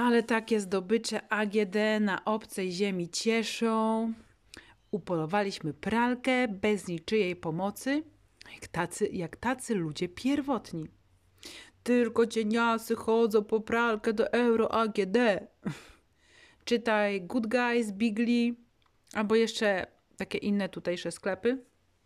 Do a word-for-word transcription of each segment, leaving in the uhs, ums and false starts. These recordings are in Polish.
Ale takie zdobycze A G D na obcej ziemi cieszą. Upolowaliśmy pralkę bez niczyjej pomocy, jak tacy, jak tacy ludzie pierwotni. Tylko cieniasy chodzą po pralkę do Euro A G D. Czytaj Good Guys, Bigly, albo jeszcze takie inne tutejsze sklepy.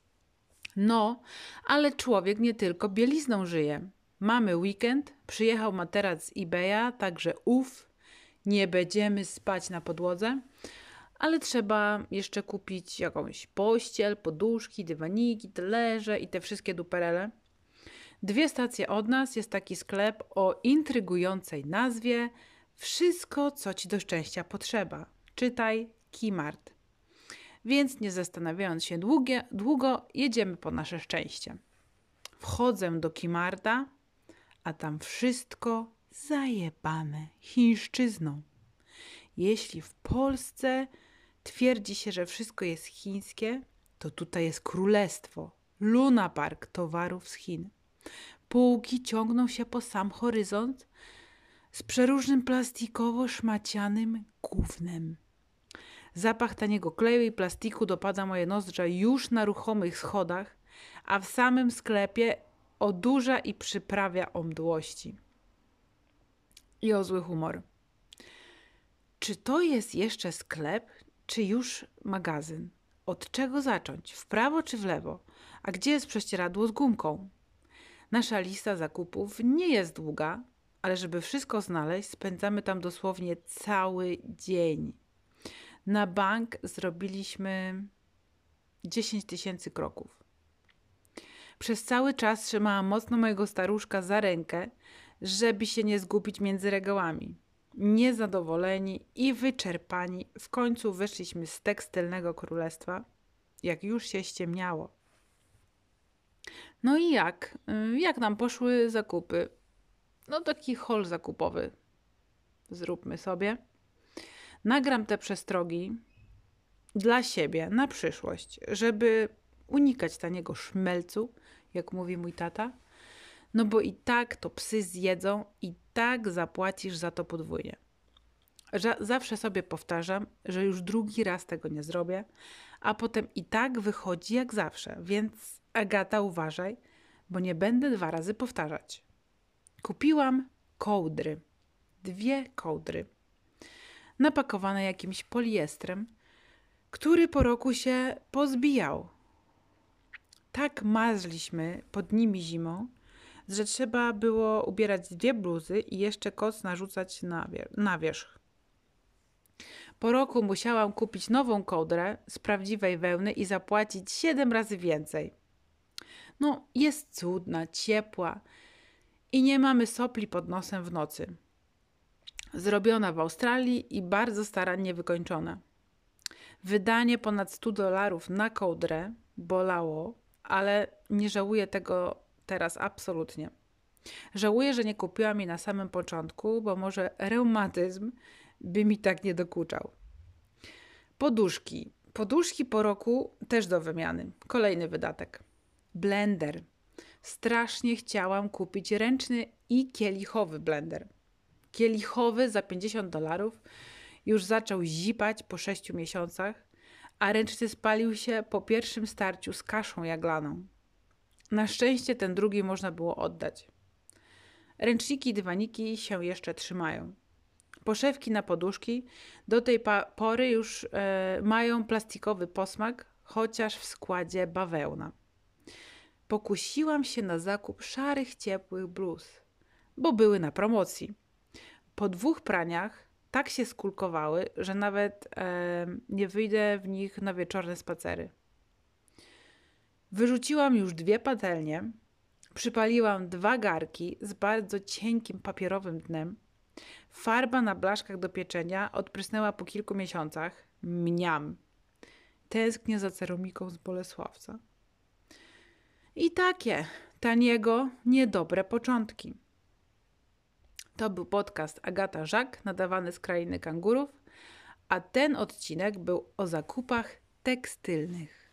No, ale człowiek nie tylko bielizną żyje. Mamy weekend, przyjechał materac z eBaya, także uf, nie będziemy spać na podłodze, ale trzeba jeszcze kupić jakąś pościel, poduszki, dywaniki, talerze i te wszystkie duperele. Dwie stacje od nas jest taki sklep o intrygującej nazwie Wszystko, co ci do szczęścia potrzeba. Czytaj Kimart. Więc nie zastanawiając się długie, długo, jedziemy po nasze szczęście. Wchodzę do Kimarta, a tam wszystko zajebane chińszczyzną. Jeśli w Polsce twierdzi się, że wszystko jest chińskie, to tutaj jest królestwo, lunapark towarów z Chin. Półki ciągną się po sam horyzont z przeróżnym plastikowo-szmacianym gównem. Zapach taniego kleju i plastiku dopada moje nozdrza już na ruchomych schodach, a w samym sklepie odurza i przyprawia o mdłości. I o zły humor. Czy to jest jeszcze sklep, czy już magazyn? Od czego zacząć? W prawo czy w lewo? A gdzie jest prześcieradło z gumką? Nasza lista zakupów nie jest długa, ale żeby wszystko znaleźć, spędzamy tam dosłownie cały dzień. Na bank zrobiliśmy dziesięć tysięcy kroków. Przez cały czas trzymałam mocno mojego staruszka za rękę, żeby się nie zgubić między regałami. Niezadowoleni i wyczerpani w końcu wyszliśmy z tekstylnego królestwa, jak już się ściemniało. No i jak? Jak nam poszły zakupy? No taki haul zakupowy. Zróbmy sobie. Nagram te przestrogi dla siebie na przyszłość, żeby unikać taniego szmelcu, jak mówi mój tata. No bo i tak to psy zjedzą i tak zapłacisz za to podwójnie. Zawsze sobie powtarzam, że już drugi raz tego nie zrobię, a potem i tak wychodzi jak zawsze. Więc Agata, uważaj, bo nie będę dwa razy powtarzać. Kupiłam kołdry. Dwie kołdry. Napakowane jakimś poliestrem, który po roku się pozbijał. Tak marzliśmy pod nimi zimą, że trzeba było ubierać dwie bluzy i jeszcze koc narzucać na, wier- na wierzch. Po roku musiałam kupić nową kołdrę z prawdziwej wełny i zapłacić siedem razy więcej. No, jest cudna, ciepła i nie mamy sopli pod nosem w nocy. Zrobiona w Australii i bardzo starannie wykończona. Wydanie ponad sto dolarów na kołdrę bolało, ale nie żałuję tego teraz absolutnie. Żałuję, że nie kupiłam jej na samym początku, bo może reumatyzm by mi tak nie dokuczał. Poduszki. Poduszki po roku też do wymiany. Kolejny wydatek. Blender. Strasznie chciałam kupić ręczny i kielichowy blender. Kielichowy za pięćdziesiąt dolarów już zaczął zipać po sześciu miesiącach, a ręczny spalił się po pierwszym starciu z kaszą jaglaną. Na szczęście ten drugi można było oddać. Ręczniki i dywaniki się jeszcze trzymają. Poszewki na poduszki do tej pory już e, mają plastikowy posmak, chociaż w składzie bawełna. Pokusiłam się na zakup szarych, ciepłych bluz, bo były na promocji. Po dwóch praniach tak się skulkowały, że nawet e, nie wyjdę w nich na wieczorne spacery. Wyrzuciłam już dwie patelnie, przypaliłam dwa garki z bardzo cienkim papierowym dnem. Farba na blaszkach do pieczenia odprysnęła po kilku miesiącach. Mniam. Tęsknię za ceramiką z Bolesławca. I takie taniego, niedobre początki. To był podcast Agata Żak, nadawany z Krainy Kangurów, a ten odcinek był o zakupach tekstylnych.